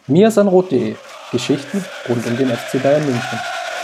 mirsanrot.de – Geschichten rund um den FC Bayern München.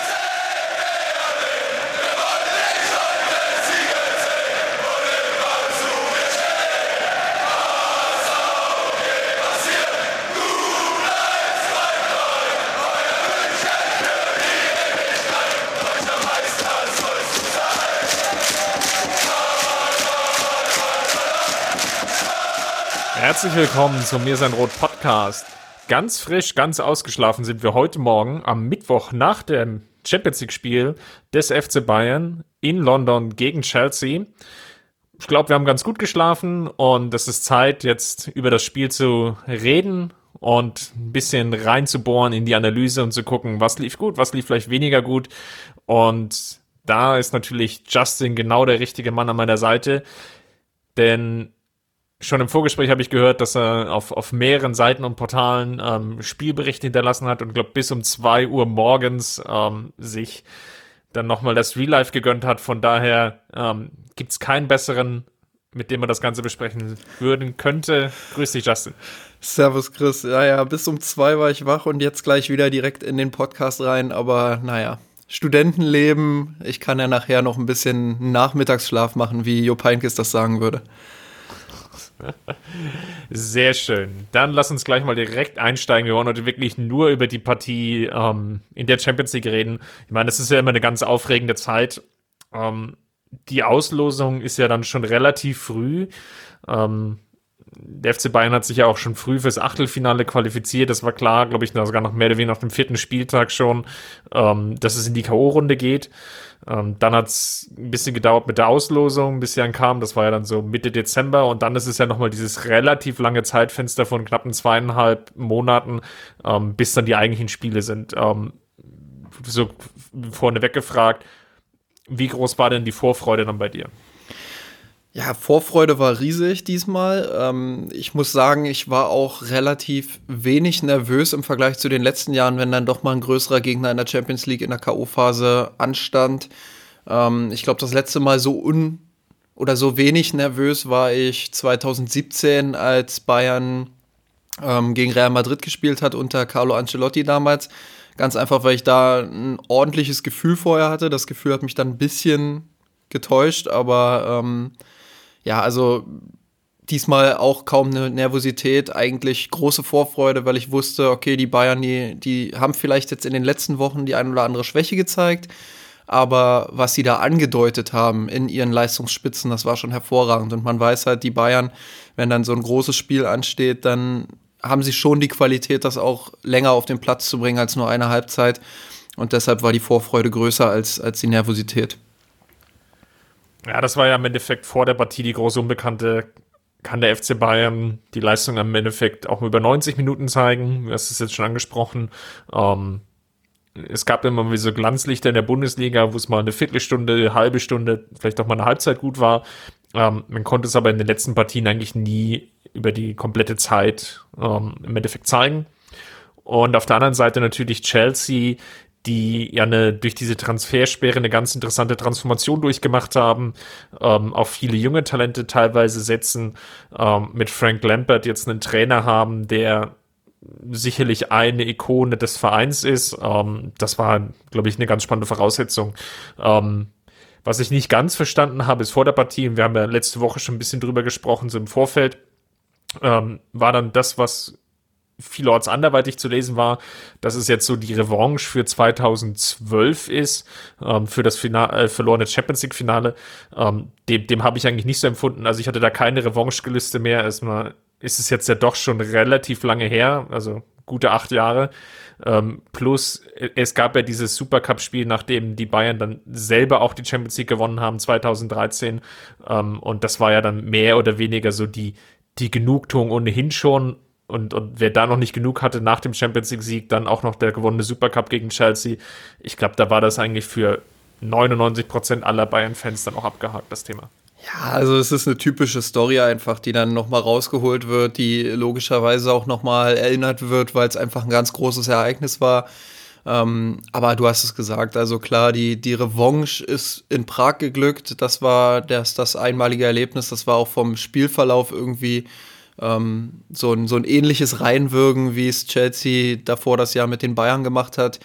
Herzlich willkommen zum Mir sein Rot Podcast. Ganz frisch, ganz ausgeschlafen sind wir heute Morgen am Mittwoch nach dem Champions League Spiel des FC Bayern in London gegen Chelsea. Ich glaube, wir haben ganz gut geschlafen und es ist Zeit, jetzt über das Spiel zu reden und ein bisschen reinzubohren in die Analyse und zu gucken, was lief gut, was lief vielleicht weniger gut. Und da ist natürlich Justin genau der richtige Mann an meiner Seite, denn schon im Vorgespräch habe ich gehört, dass er auf mehreren Seiten und Portalen Spielberichte hinterlassen hat und glaube bis um 2 Uhr morgens sich dann nochmal das Real Life gegönnt hat. Von daher gibt es keinen besseren, mit dem man das Ganze besprechen könnte. Grüß dich, Justin. Servus, Chris. Ja, bis um 2 war ich wach und jetzt gleich wieder direkt in den Podcast rein. Aber naja, Studentenleben, ich kann ja nachher noch ein bisschen Nachmittagsschlaf machen, wie Jupp Heynckes das sagen würde. Sehr schön. Dann lass uns gleich mal direkt einsteigen. Wir wollen heute wirklich nur über die Partie in der Champions League reden. Ich meine, das ist ja immer eine ganz aufregende Zeit. Die Auslosung ist ja dann schon relativ früh. Der FC Bayern hat sich ja auch schon früh fürs Achtelfinale qualifiziert. Das war klar, glaube ich, sogar noch mehr oder weniger auf dem 4. Spieltag schon, dass es in die K.O.-Runde geht. Dann hat es ein bisschen gedauert mit der Auslosung, bis sie dann kam. Das war ja dann so Mitte Dezember. Und dann ist es ja nochmal dieses relativ lange Zeitfenster von knappen 2,5 Monaten, bis dann die eigentlichen Spiele sind. So vorneweg gefragt, wie groß war denn die Vorfreude dann bei dir? Ja, Vorfreude war riesig diesmal. Ich muss sagen, ich war auch relativ wenig nervös im Vergleich zu den letzten Jahren, wenn dann doch mal ein größerer Gegner in der Champions League in der K.O.-Phase anstand. Ich glaube, das letzte Mal so wenig nervös war ich 2017, als Bayern gegen Real Madrid gespielt hat unter Carlo Ancelotti damals. Ganz einfach, weil ich da ein ordentliches Gefühl vorher hatte. Das Gefühl hat mich dann ein bisschen getäuscht, aber ja, also diesmal auch kaum eine Nervosität, eigentlich große Vorfreude, weil ich wusste, okay, die Bayern, die haben vielleicht jetzt in den letzten Wochen die ein oder andere Schwäche gezeigt, aber was sie da angedeutet haben in ihren Leistungsspitzen, das war schon hervorragend. Und man weiß halt, die Bayern, wenn dann so ein großes Spiel ansteht, dann haben sie schon die Qualität, das auch länger auf den Platz zu bringen als nur eine Halbzeit. Und deshalb war die Vorfreude größer als die Nervosität. Ja, das war ja im Endeffekt vor der Partie die große Unbekannte. Kann der FC Bayern die Leistung im Endeffekt auch über 90 Minuten zeigen? Du hast es jetzt schon angesprochen. Es gab immer wieder so Glanzlichter in der Bundesliga, wo es mal eine Viertelstunde, eine halbe Stunde, vielleicht auch mal eine Halbzeit gut war. Man konnte es aber in den letzten Partien eigentlich nie über die komplette Zeit im Endeffekt zeigen. Und auf der anderen Seite natürlich Chelsea, die ja durch diese Transfersperre eine ganz interessante Transformation durchgemacht haben, auch viele junge Talente teilweise setzen, mit Frank Lampard jetzt einen Trainer haben, der sicherlich eine Ikone des Vereins ist. Das war, glaube ich, eine ganz spannende Voraussetzung. Was ich nicht ganz verstanden habe, ist vor der Partie, und wir haben ja letzte Woche schon ein bisschen drüber gesprochen, so im Vorfeld, war dann das, was vielorts anderweitig zu lesen war, dass es jetzt so die Revanche für 2012 ist, für das verlorene Champions League Finale. Dem habe ich eigentlich nicht so empfunden. Also ich hatte da keine Revanche-Gelüste mehr. Erstmal ist es jetzt ja doch schon relativ lange her, also gute 8 Jahre. Plus es gab ja dieses Supercup-Spiel, nachdem die Bayern dann selber auch die Champions League gewonnen haben, 2013. Und das war ja dann mehr oder weniger so die Genugtuung ohnehin schon. Und wer da noch nicht genug hatte nach dem Champions League-Sieg, dann auch noch der gewonnene Supercup gegen Chelsea. Ich glaube, da war das eigentlich für 99% aller Bayern-Fans dann auch abgehakt, das Thema. Ja, also es ist eine typische Story einfach, die dann nochmal rausgeholt wird, die logischerweise auch nochmal erinnert wird, weil es einfach ein ganz großes Ereignis war. Aber du hast es gesagt, also klar, die Revanche ist in Prag geglückt. Das war das einmalige Erlebnis, das war auch vom Spielverlauf irgendwie so ein ähnliches Reinwirken, wie es Chelsea davor das Jahr mit den Bayern gemacht hat.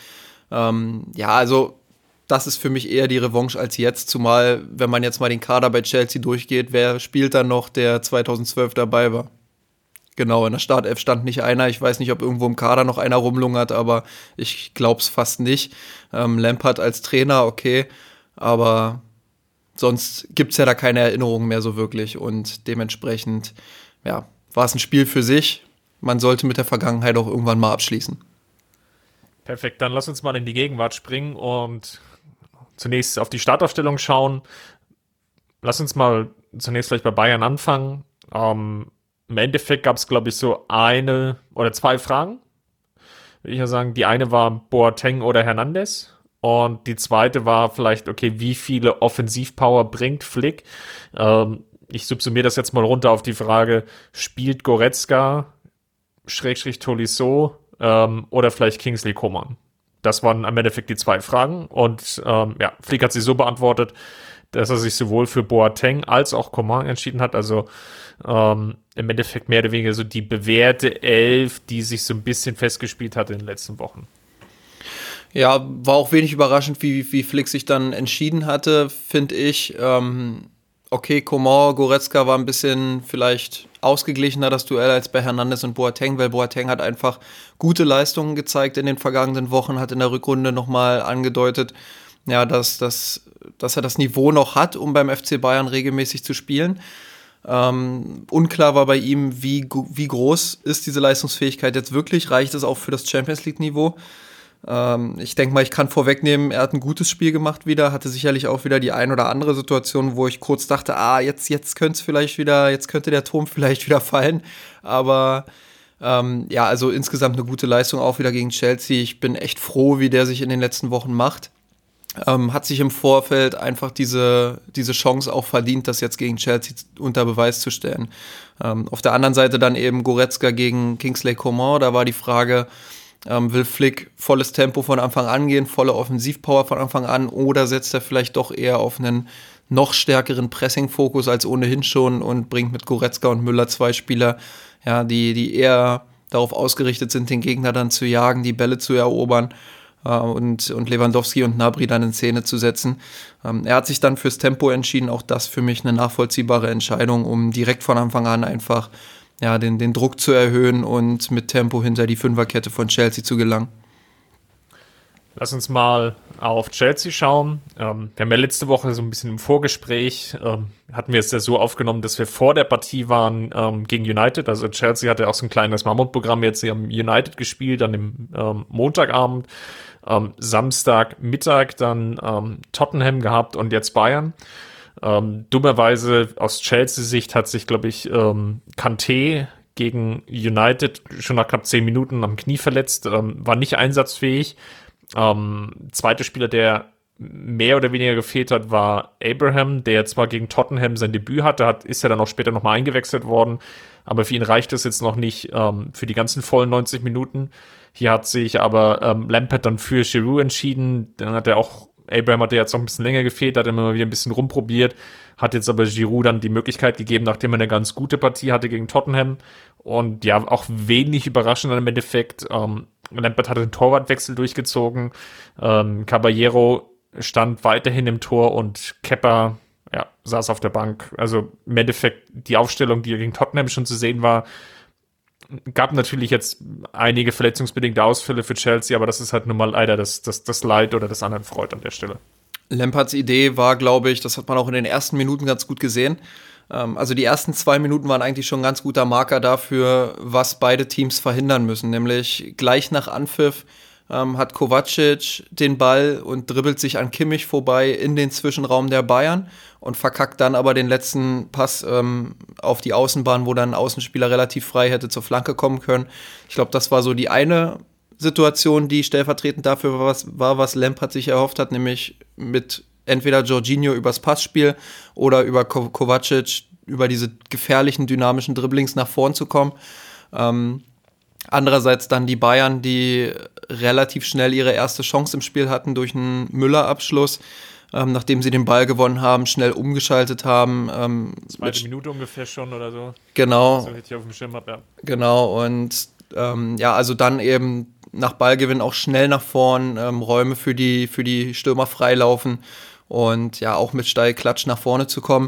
Also das ist für mich eher die Revanche als jetzt, zumal, wenn man jetzt mal den Kader bei Chelsea durchgeht, wer spielt dann noch, der 2012 dabei war? Genau, in der Startelf stand nicht einer. Ich weiß nicht, ob irgendwo im Kader noch einer rumlungert, aber ich glaube es fast nicht. Lampard als Trainer, okay, aber sonst gibt es ja da keine Erinnerungen mehr so wirklich und dementsprechend, ja, war es ein Spiel für sich. Man sollte mit der Vergangenheit auch irgendwann mal abschließen. Perfekt, dann lass uns mal in die Gegenwart springen und zunächst auf die Startaufstellung schauen. Lass uns mal zunächst vielleicht bei Bayern anfangen. Im Endeffekt gab es, glaube ich, so eine oder zwei Fragen. Würde ich ja sagen, die eine war Boateng oder Hernandez und die zweite war vielleicht, okay, wie viele Offensivpower bringt Flick? Ich subsumiere das jetzt mal runter auf die Frage, spielt Goretzka / Tolisso oder vielleicht Kingsley Coman? Das waren im Endeffekt die zwei Fragen und Flick hat sie so beantwortet, dass er sich sowohl für Boateng als auch Coman entschieden hat, also im Endeffekt mehr oder weniger so die bewährte Elf, die sich so ein bisschen festgespielt hat in den letzten Wochen. Ja, war auch wenig überraschend, wie Flick sich dann entschieden hatte, finde ich. Okay, Coman, Goretzka war ein bisschen vielleicht ausgeglichener, das Duell, als bei Hernandez und Boateng, weil Boateng hat einfach gute Leistungen gezeigt in den vergangenen Wochen, hat in der Rückrunde nochmal angedeutet, ja, dass er das Niveau noch hat, um beim FC Bayern regelmäßig zu spielen. Unklar war bei ihm, wie groß ist diese Leistungsfähigkeit jetzt wirklich, reicht es auch für das Champions-League-Niveau? Ich denke mal, ich kann vorwegnehmen, er hat ein gutes Spiel gemacht wieder, hatte sicherlich auch wieder die ein oder andere Situation, wo ich kurz dachte, jetzt könnte der Turm vielleicht wieder fallen, aber also insgesamt eine gute Leistung auch wieder gegen Chelsea. Ich bin echt froh, wie der sich in den letzten Wochen macht. Hat sich im Vorfeld einfach diese Chance auch verdient, das jetzt gegen Chelsea unter Beweis zu stellen. Auf der anderen Seite dann eben Goretzka gegen Kingsley Coman, da war die Frage, will Flick volles Tempo von Anfang an gehen, volle Offensivpower von Anfang an, oder setzt er vielleicht doch eher auf einen noch stärkeren Pressing-Fokus als ohnehin schon und bringt mit Goretzka und Müller zwei Spieler, ja, die eher darauf ausgerichtet sind, den Gegner dann zu jagen, die Bälle zu erobern, und Lewandowski und Gnabry dann in Szene zu setzen. Er hat sich dann fürs Tempo entschieden, auch das für mich eine nachvollziehbare Entscheidung, um direkt von Anfang an einfach den Druck zu erhöhen und mit Tempo hinter die Fünferkette von Chelsea zu gelangen. Lass uns mal auf Chelsea schauen. Wir haben ja letzte Woche so ein bisschen im Vorgespräch, hatten wir es ja so aufgenommen, dass wir vor der Partie waren gegen United. Also Chelsea hatte auch so ein kleines Mammutprogramm jetzt. Sie haben United gespielt an dem Montagabend, Samstagmittag dann Tottenham gehabt und jetzt Bayern. Dummerweise aus Chelsea-Sicht hat sich, glaube ich, Kanté gegen United schon nach knapp 10 Minuten am Knie verletzt, war nicht einsatzfähig. Zweiter Spieler, der mehr oder weniger gefehlt hat, war Abraham, der zwar gegen Tottenham sein Debüt hatte, ist ja dann auch später nochmal eingewechselt worden, aber für ihn reicht es jetzt noch nicht für die ganzen vollen 90 Minuten. Hier hat sich aber Lampard dann für Giroud entschieden, dann hat er auch Abraham hatte jetzt noch ein bisschen länger gefehlt, hat immer wieder ein bisschen rumprobiert, hat jetzt aber Giroud dann die Möglichkeit gegeben, nachdem er eine ganz gute Partie hatte gegen Tottenham. Und ja, auch wenig überraschend dann im Endeffekt. Lampard hatte den Torwartwechsel durchgezogen. Caballero stand weiterhin im Tor und Kepa saß auf der Bank. Also im Endeffekt die Aufstellung, die gegen Tottenham schon zu sehen war, gab natürlich jetzt einige verletzungsbedingte Ausfälle für Chelsea, aber das ist halt nun mal leider das Leid oder das anderen Freud an der Stelle. Lampards Idee war, glaube ich, das hat man auch in den ersten Minuten ganz gut gesehen. Also die ersten 2 Minuten waren eigentlich schon ein ganz guter Marker dafür, was beide Teams verhindern müssen. Nämlich gleich nach Anpfiff hat Kovacic den Ball und dribbelt sich an Kimmich vorbei in den Zwischenraum der Bayern und verkackt dann aber den letzten Pass auf die Außenbahn, wo dann ein Außenspieler relativ frei hätte zur Flanke kommen können. Ich glaube, das war so die eine Situation, die stellvertretend dafür war, was Lampard sich erhofft hat, nämlich mit entweder Jorginho übers Passspiel oder über Kovacic über diese gefährlichen, dynamischen Dribblings nach vorn zu kommen. Andererseits dann die Bayern, die relativ schnell ihre erste Chance im Spiel hatten durch einen Müller-Abschluss. nachdem sie den Ball gewonnen haben, schnell umgeschaltet haben. Zweite Minute ungefähr schon oder so. Genau. So richtig auf dem Schirm hab, ja. Genau, und also dann eben nach Ballgewinn auch schnell nach vorn, Räume für die Stürmer freilaufen und ja auch mit Steilklatsch nach vorne zu kommen.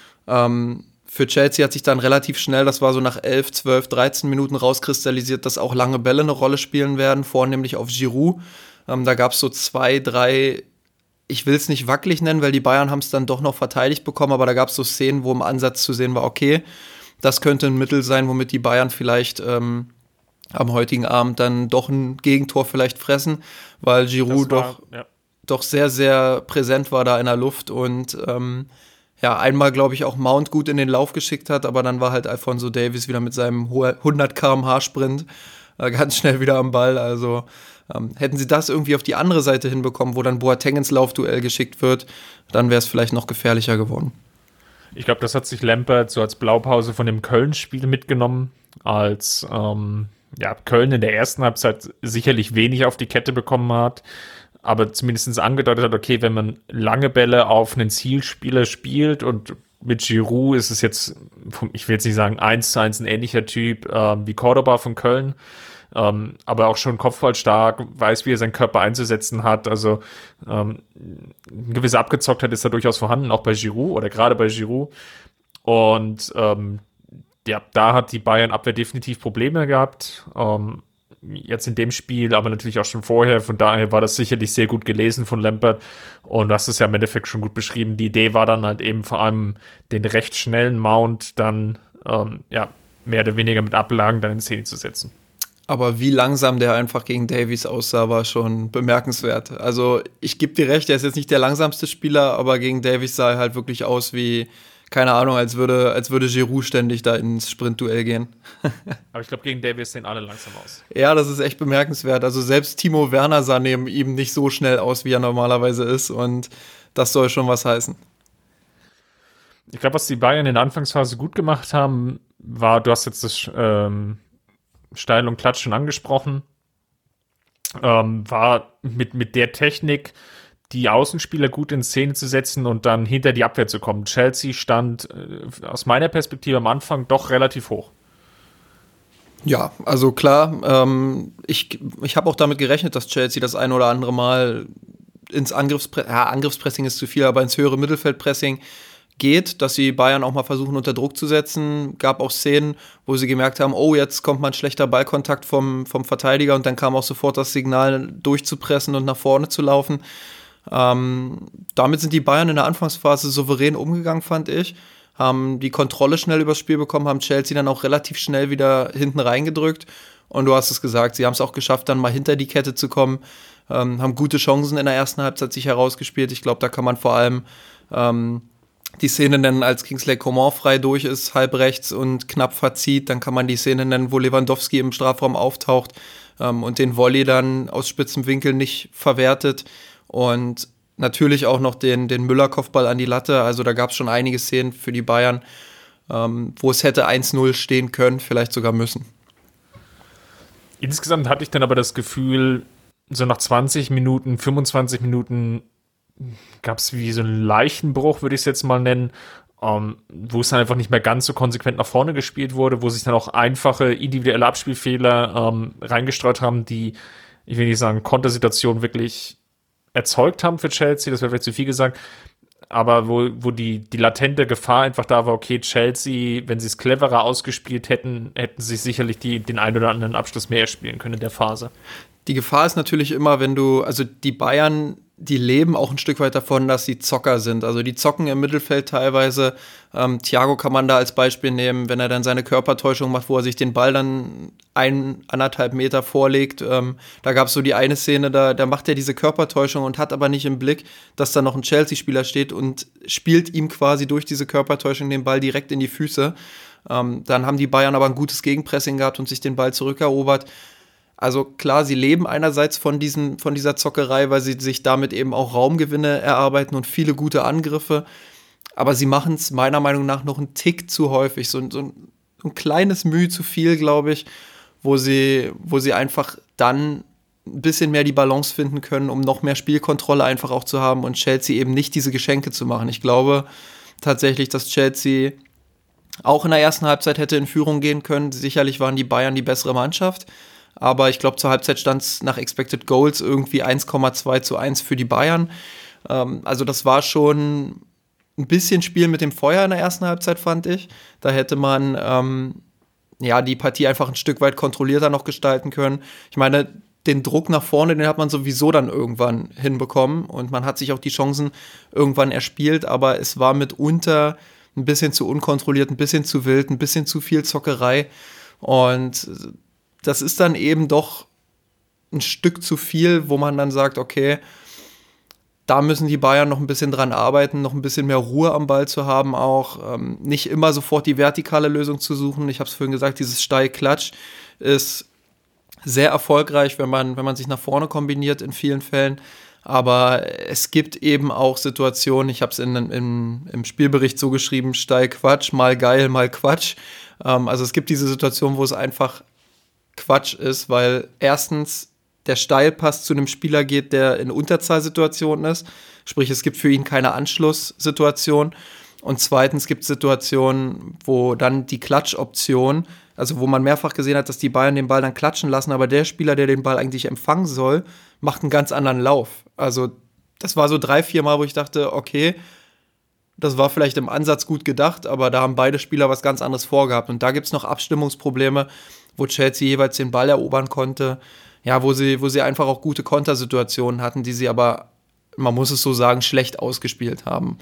Für Chelsea hat sich dann relativ schnell, das war so nach 11, 12, 13 Minuten rauskristallisiert, dass auch lange Bälle eine Rolle spielen werden, vornehmlich auf Giroud. Da gab es so 2, 3, ich will es nicht wackelig nennen, weil die Bayern haben es dann doch noch verteidigt bekommen, aber da gab es so Szenen, wo im Ansatz zu sehen war, okay, das könnte ein Mittel sein, womit die Bayern vielleicht am heutigen Abend dann doch ein Gegentor vielleicht fressen, weil Giroud doch sehr, sehr präsent war da in der Luft und einmal, glaube ich, auch Mount gut in den Lauf geschickt hat, aber dann war halt Alphonso Davies wieder mit seinem 100 km/h Sprint ganz schnell wieder am Ball, also hätten sie das irgendwie auf die andere Seite hinbekommen, wo dann Boateng ins Laufduell geschickt wird, dann wäre es vielleicht noch gefährlicher geworden. Ich glaube, das hat sich Lampard so als Blaupause von dem Köln-Spiel mitgenommen, als Köln in der ersten Halbzeit sicherlich wenig auf die Kette bekommen hat, aber zumindest angedeutet hat, okay, wenn man lange Bälle auf einen Zielspieler spielt und mit Giroud ist es jetzt, ich will jetzt nicht sagen 1:1 ein ähnlicher Typ wie Cordoba von Köln, aber auch schon kopfballstark, weiß, wie er seinen Körper einzusetzen hat, also eine gewisse Abgezocktheit ist da durchaus vorhanden, auch bei Giroud oder gerade bei Giroud und da hat die Bayern-Abwehr definitiv Probleme gehabt, jetzt in dem Spiel, aber natürlich auch schon vorher, von daher war das sicherlich sehr gut gelesen von Lampard und du hast es ja im Endeffekt schon gut beschrieben, die Idee war dann halt eben vor allem den recht schnellen Mount dann mehr oder weniger mit Ablagen dann in Szene zu setzen. Aber wie langsam der einfach gegen Davies aussah, war schon bemerkenswert. Also ich gebe dir recht, er ist jetzt nicht der langsamste Spieler, aber gegen Davies sah er halt wirklich aus wie, keine Ahnung, als würde Giroud ständig da ins Sprintduell gehen. Aber ich glaube, gegen Davies sehen alle langsam aus. Ja, das ist echt bemerkenswert. Also selbst Timo Werner sah neben ihm nicht so schnell aus, wie er normalerweise ist und das soll schon was heißen. Ich glaube, was die Bayern in der Anfangsphase gut gemacht haben, war, du hast jetzt das Steil und Klatsch schon angesprochen, war mit der Technik, die Außenspieler gut in Szene zu setzen und dann hinter die Abwehr zu kommen. Chelsea stand aus meiner Perspektive am Anfang doch relativ hoch. Ja, also klar, ich habe auch damit gerechnet, dass Chelsea das ein oder andere Mal ins Angriffspressing ist zu viel, aber ins höhere Mittelfeldpressing geht, dass sie Bayern auch mal versuchen unter Druck zu setzen. Gab auch Szenen, wo sie gemerkt haben, oh, jetzt kommt mal ein schlechter Ballkontakt vom Verteidiger und dann kam auch sofort das Signal, durchzupressen und nach vorne zu laufen. Damit sind die Bayern in der Anfangsphase souverän umgegangen, fand ich. Haben die Kontrolle schnell übers Spiel bekommen, haben Chelsea dann auch relativ schnell wieder hinten reingedrückt. Und du hast es gesagt, sie haben es auch geschafft, dann mal hinter die Kette zu kommen, haben gute Chancen in der ersten Halbzeit sich herausgespielt. Ich glaube, da kann man vor allem die Szene nennen, als Kingsley Coman frei durch ist, halb rechts und knapp verzieht. Dann kann man die Szene nennen, wo Lewandowski im Strafraum auftaucht und den Volley dann aus spitzem Winkel nicht verwertet. Und natürlich auch noch den Müller-Kopfball an die Latte. Also da gab es schon einige Szenen für die Bayern, wo es hätte 1:0 stehen können, vielleicht sogar müssen. Insgesamt hatte ich dann aber das Gefühl, so nach 20 Minuten, 25 Minuten gab es wie so einen Leichenbruch, würde ich es jetzt mal nennen, wo es dann einfach nicht mehr ganz so konsequent nach vorne gespielt wurde, wo sich dann auch einfache individuelle Abspielfehler reingestreut haben, die, ich will nicht sagen, Kontersituationen wirklich erzeugt haben für Chelsea, das wäre vielleicht zu viel gesagt, aber wo die latente Gefahr einfach da war, okay, Chelsea, wenn sie es cleverer ausgespielt hätten sie sicherlich den einen oder anderen Abschluss mehr spielen können in der Phase. Die Gefahr ist natürlich immer, also die Bayern, die leben auch ein Stück weit davon, dass sie Zocker sind. Also die zocken im Mittelfeld teilweise. Thiago kann man da als Beispiel nehmen, wenn er dann seine Körpertäuschung macht, wo er sich den Ball dann 1,5 Meter vorlegt. Da gab es so die eine Szene, da macht er diese Körpertäuschung und hat aber nicht im Blick, dass da noch ein Chelsea-Spieler steht und spielt ihm quasi durch diese Körpertäuschung den Ball direkt in die Füße. Dann haben die Bayern aber ein gutes Gegenpressing gehabt und sich den Ball zurückerobert. Also klar, sie leben einerseits von dieser Zockerei, weil sie sich damit eben auch Raumgewinne erarbeiten und viele gute Angriffe. Aber sie machen es meiner Meinung nach noch einen Tick zu häufig. So ein kleines Mühe zu viel, glaube ich, wo sie einfach dann ein bisschen mehr die Balance finden können, um noch mehr Spielkontrolle einfach auch zu haben und Chelsea eben nicht diese Geschenke zu machen. Ich glaube tatsächlich, dass Chelsea auch in der ersten Halbzeit hätte in Führung gehen können. Sicherlich waren die Bayern die bessere Mannschaft, aber ich glaube, zur Halbzeit stand es nach Expected Goals irgendwie 1,2:1 für die Bayern. Also das war schon ein bisschen Spiel mit dem Feuer in der ersten Halbzeit, fand ich. Da hätte man die Partie einfach ein Stück weit kontrollierter noch gestalten können. Ich meine, den Druck nach vorne, den hat man sowieso dann irgendwann hinbekommen und man hat sich auch die Chancen irgendwann erspielt, aber es war mitunter ein bisschen zu unkontrolliert, ein bisschen zu wild, ein bisschen zu viel Zockerei und das ist dann eben doch ein Stück zu viel, wo man dann sagt, okay, da müssen die Bayern noch ein bisschen dran arbeiten, noch ein bisschen mehr Ruhe am Ball zu haben auch, nicht immer sofort die vertikale Lösung zu suchen. Ich habe es vorhin gesagt, dieses Steil-Klatsch ist sehr erfolgreich, wenn man sich nach vorne kombiniert in vielen Fällen. Aber es gibt eben auch Situationen, ich habe es im Spielbericht so geschrieben, Steil-Quatsch, mal geil, mal Quatsch. Also es gibt diese Situation, wo es einfach Quatsch ist, weil erstens der Steilpass zu einem Spieler geht, der in Unterzahlsituationen ist. Sprich, es gibt für ihn keine Anschlusssituation. Und zweitens gibt es Situationen, wo dann die Klatschoption, also wo man mehrfach gesehen hat, dass die Bayern den Ball dann klatschen lassen, aber der Spieler, der den Ball eigentlich empfangen soll, macht einen ganz anderen Lauf. Also das war so 3-4 Mal, wo ich dachte, okay, das war vielleicht im Ansatz gut gedacht, aber da haben beide Spieler was ganz anderes vorgehabt. Und da gibt es noch Abstimmungsprobleme, wo Chelsea jeweils den Ball erobern konnte. Ja, wo sie einfach auch gute Kontersituationen hatten, die sie aber, man muss es so sagen, schlecht ausgespielt haben.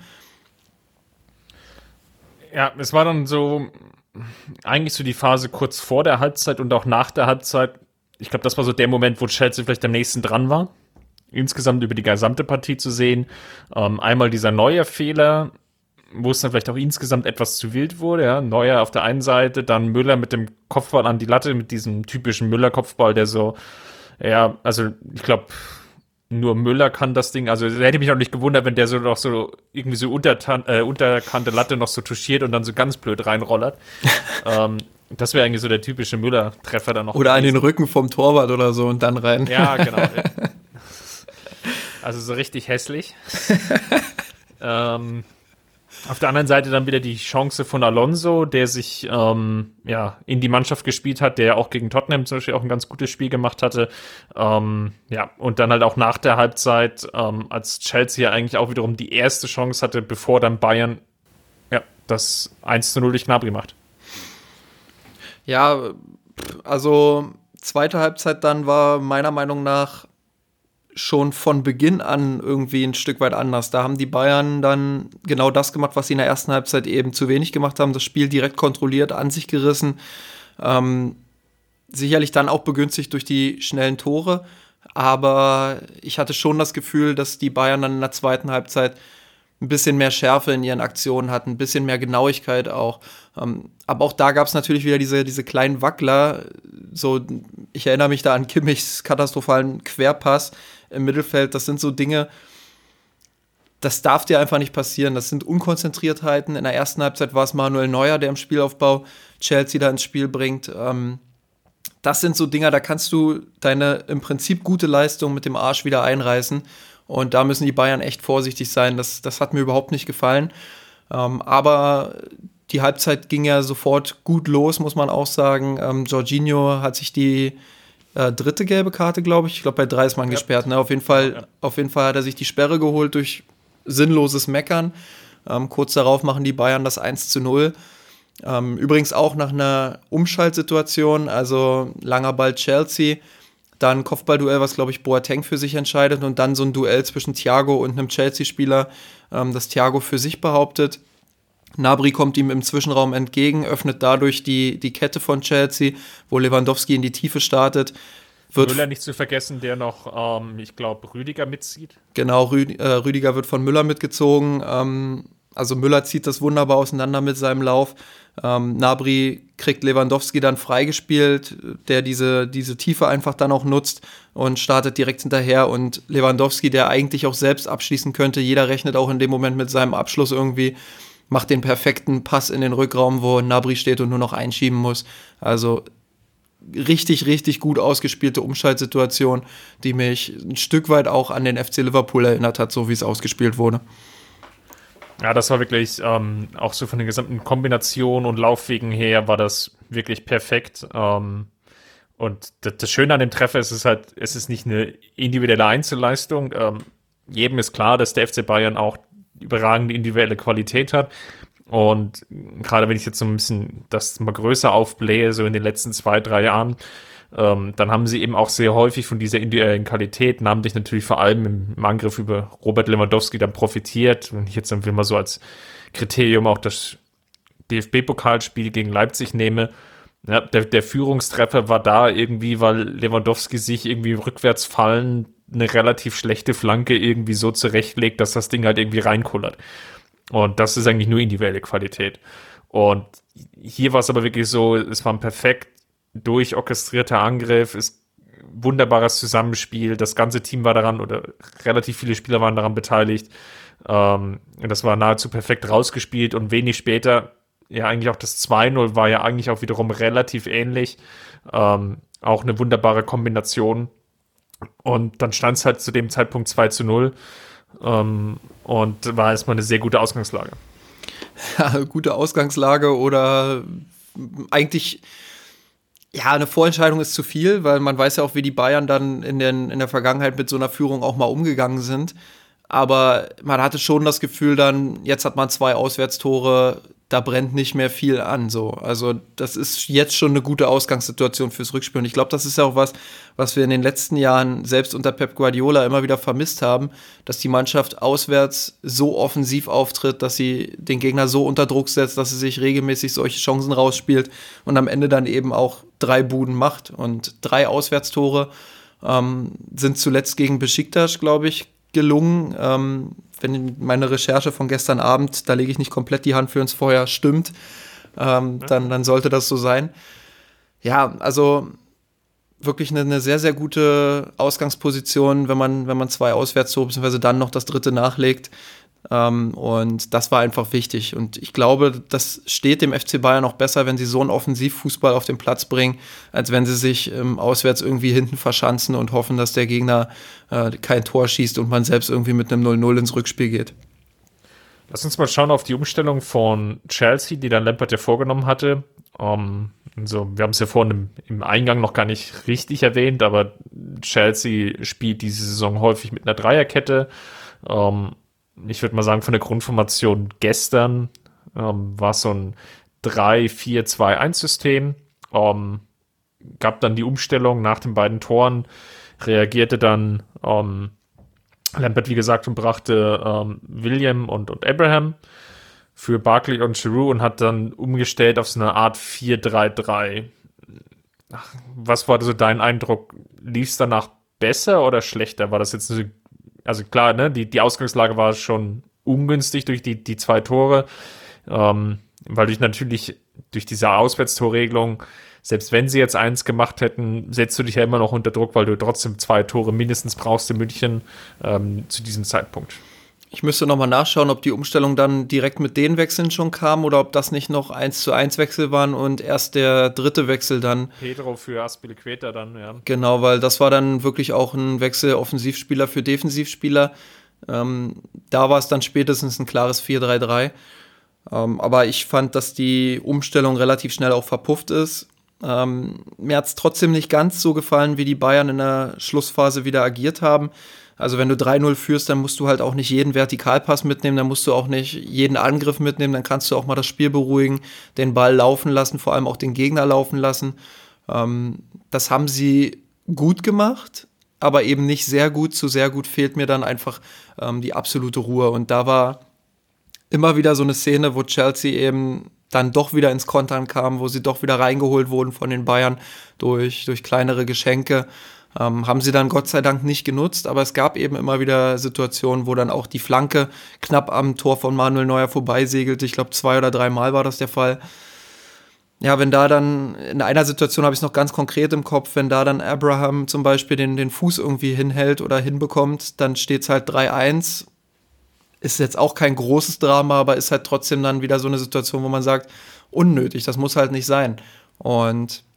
Ja, es war dann so eigentlich so die Phase kurz vor der Halbzeit und auch nach der Halbzeit. Ich glaube, das war so der Moment, wo Chelsea vielleicht am nächsten dran war, insgesamt über die gesamte Partie zu sehen. Einmal dieser neue Fehler, wo es dann vielleicht auch insgesamt etwas zu wild wurde. Ja. Neuer auf der einen Seite, dann Müller mit dem Kopfball an die Latte, mit diesem typischen Müller-Kopfball, der so, ja, also ich glaube, nur Müller kann das Ding, also hätte mich auch nicht gewundert, wenn der so noch so irgendwie so unterkante Latte noch so touchiert und dann so ganz blöd reinrollert. Das wäre eigentlich so der typische Müller-Treffer dann noch. Oder an den Rücken vom Torwart oder so und dann rein. Ja, genau. Also so richtig hässlich. Auf der anderen Seite dann wieder die Chance von Alonso, der sich in die Mannschaft gespielt hat, der ja auch gegen Tottenham zum Beispiel auch ein ganz gutes Spiel gemacht hatte. Und dann halt auch nach der Halbzeit, als Chelsea ja eigentlich auch wiederum die erste Chance hatte, bevor dann Bayern das 1:0 durch Gnabry macht. Ja, also zweite Halbzeit dann war meiner Meinung nach schon von Beginn an irgendwie ein Stück weit anders. Da haben die Bayern dann genau das gemacht, was sie in der ersten Halbzeit eben zu wenig gemacht haben, das Spiel direkt kontrolliert, an sich gerissen. Sicherlich dann auch begünstigt durch die schnellen Tore, aber ich hatte schon das Gefühl, dass die Bayern dann in der zweiten Halbzeit ein bisschen mehr Schärfe in ihren Aktionen hatten, ein bisschen mehr Genauigkeit auch. Aber auch da gab es natürlich wieder diese kleinen Wackler. So, ich erinnere mich da an Kimmichs katastrophalen Querpass im Mittelfeld. Das sind so Dinge, das darf dir einfach nicht passieren. Das sind Unkonzentriertheiten. In der ersten Halbzeit war es Manuel Neuer, der im Spielaufbau Chelsea da ins Spiel bringt. Das sind so Dinger, da kannst du deine im Prinzip gute Leistung mit dem Arsch wieder einreißen. Und da müssen die Bayern echt vorsichtig sein. Das hat mir überhaupt nicht gefallen. Aber die Halbzeit ging ja sofort gut los, muss man auch sagen. Jorginho hat sich die dritte gelbe Karte, glaube ich. Ich glaube, bei 3 ist man gesperrt. Ne? Auf jeden Fall hat er sich die Sperre geholt durch sinnloses Meckern. Kurz darauf machen die Bayern das 1:0. Übrigens auch nach einer Umschaltsituation, also langer Ball Chelsea. Dann Kopfballduell, was, glaube ich, Boateng für sich entscheidet. Und dann so ein Duell zwischen Thiago und einem Chelsea-Spieler, das Thiago für sich behauptet. Gnabry kommt ihm im Zwischenraum entgegen, öffnet dadurch die Kette von Chelsea, wo Lewandowski in die Tiefe startet. Müller nicht zu vergessen, der noch, ich glaube, Rüdiger mitzieht. Genau, Rüdiger wird von Müller mitgezogen. Also Müller zieht das wunderbar auseinander mit seinem Lauf. Gnabry kriegt Lewandowski dann freigespielt, der diese Tiefe einfach dann auch nutzt und startet direkt hinterher. Und Lewandowski, der eigentlich auch selbst abschließen könnte, jeder rechnet auch in dem Moment mit seinem Abschluss irgendwie, macht den perfekten Pass in den Rückraum, wo Gnabry steht und nur noch einschieben muss. Also richtig, richtig gut ausgespielte Umschaltsituation, die mich ein Stück weit auch an den FC Liverpool erinnert hat, so wie es ausgespielt wurde. Ja, das war wirklich, auch so von den gesamten Kombinationen und Laufwegen her war das wirklich perfekt. Und das Schöne an dem Treffer ist, es ist nicht eine individuelle Einzelleistung. Jedem ist klar, dass der FC Bayern auch überragende individuelle Qualität hat. Und gerade wenn ich jetzt so ein bisschen das mal größer aufblähe, so in den letzten 2-3 Jahren, dann haben sie eben auch sehr häufig von dieser individuellen Qualität, namentlich natürlich vor allem im Angriff über Robert Lewandowski dann profitiert. Wenn ich jetzt dann mal so als Kriterium auch das DFB-Pokalspiel gegen Leipzig nehme, ja, der Führungstreffer war da irgendwie, weil Lewandowski sich irgendwie rückwärts fallen eine relativ schlechte Flanke irgendwie so zurechtlegt, dass das Ding halt irgendwie reinkullert. Und das ist eigentlich nur individuelle Qualität. Und hier war es aber wirklich so, es war ein perfekt durchorchestrierter Angriff, ist wunderbares Zusammenspiel, das ganze Team war daran oder relativ viele Spieler waren daran beteiligt. Das war nahezu perfekt rausgespielt und wenig später, ja eigentlich auch das 2-0 war ja eigentlich auch wiederum relativ ähnlich. Auch eine wunderbare Kombination. Und dann stand es halt zu dem Zeitpunkt 2-0. Und war erstmal eine sehr gute Ausgangslage. Ja, gute Ausgangslage oder eigentlich, ja, eine Vorentscheidung ist zu viel, weil man weiß ja auch, wie die Bayern dann in der Vergangenheit mit so einer Führung auch mal umgegangen sind. Aber man hatte schon das Gefühl dann, jetzt hat man 2 Auswärtstore, da brennt nicht mehr viel an. So. Also das ist jetzt schon eine gute Ausgangssituation fürs Rückspiel. Und ich glaube, das ist ja auch was wir in den letzten Jahren selbst unter Pep Guardiola immer wieder vermisst haben, dass die Mannschaft auswärts so offensiv auftritt, dass sie den Gegner so unter Druck setzt, dass sie sich regelmäßig solche Chancen rausspielt und am Ende dann eben auch 3 Buden macht. Und 3 Auswärtstore sind zuletzt gegen Besiktas, glaube ich, gelungen. Wenn meine Recherche von gestern Abend, da lege ich nicht komplett die Hand für ins Feuer, stimmt, dann sollte das so sein. Ja, also wirklich eine sehr, sehr gute Ausgangsposition, wenn man 2 Auswärtstore beziehungsweise dann noch das 3. nachlegt. Und das war einfach wichtig. Und ich glaube, das steht dem FC Bayern auch besser, wenn sie so einen Offensivfußball auf den Platz bringen, als wenn sie sich auswärts irgendwie hinten verschanzen und hoffen, dass der Gegner kein Tor schießt und man selbst irgendwie mit einem 0-0 ins Rückspiel geht. Lass uns mal schauen auf die Umstellung von Chelsea, die dann Lampard ja vorgenommen hatte. Also, wir haben es ja vorhin im Eingang noch gar nicht richtig erwähnt, aber Chelsea spielt diese Saison häufig mit einer Dreierkette. Ich würde mal sagen, von der Grundformation gestern war es so ein 3-4-2-1-System. Gab dann die Umstellung nach den beiden Toren, reagierte dann Lampard, wie gesagt, und brachte William und Abraham für Barkley und Giroud und hat dann umgestellt auf so eine Art 4-3-3. Was war so dein Eindruck? Lief es danach besser oder schlechter? War das jetzt eine, also klar, ne, die Ausgangslage war schon ungünstig durch die 2 Tore, weil natürlich durch diese Auswärtstorregelung, selbst wenn sie jetzt 1 gemacht hätten, setzt du dich ja immer noch unter Druck, weil du trotzdem 2 Tore mindestens brauchst in München zu diesem Zeitpunkt. Ich müsste nochmal nachschauen, ob die Umstellung dann direkt mit den Wechseln schon kam oder ob das nicht noch 1:1 Wechsel waren und erst der 3. Wechsel dann. Pedro für Azpilicueta dann, ja. Genau, weil das war dann wirklich auch ein Wechsel Offensivspieler für Defensivspieler. Da war es dann spätestens ein klares 4-3-3. Aber ich fand, dass die Umstellung relativ schnell auch verpufft ist. Mir hat es trotzdem nicht ganz so gefallen, wie die Bayern in der Schlussphase wieder agiert haben. Also wenn du 3-0 führst, dann musst du halt auch nicht jeden Vertikalpass mitnehmen, dann musst du auch nicht jeden Angriff mitnehmen, dann kannst du auch mal das Spiel beruhigen, den Ball laufen lassen, vor allem auch den Gegner laufen lassen. Das haben sie gut gemacht, aber eben nicht sehr gut. Zu sehr gut fehlt mir dann einfach die absolute Ruhe. Und da war immer wieder so eine Szene, wo Chelsea eben dann doch wieder ins Kontern kam, wo sie doch wieder reingeholt wurden von den Bayern durch kleinere Geschenke. Haben sie dann Gott sei Dank nicht genutzt, aber es gab eben immer wieder Situationen, wo dann auch die Flanke knapp am Tor von Manuel Neuer vorbeisegelte. Ich glaube 2 oder 3 Mal war das der Fall. Ja, wenn da dann, in einer Situation habe ich es noch ganz konkret im Kopf, wenn da dann Abraham zum Beispiel den Fuß irgendwie hinhält oder hinbekommt, dann steht es halt 3-1. Ist jetzt auch kein großes Drama, aber ist halt trotzdem dann wieder so eine Situation, wo man sagt, unnötig, das muss halt nicht sein. Und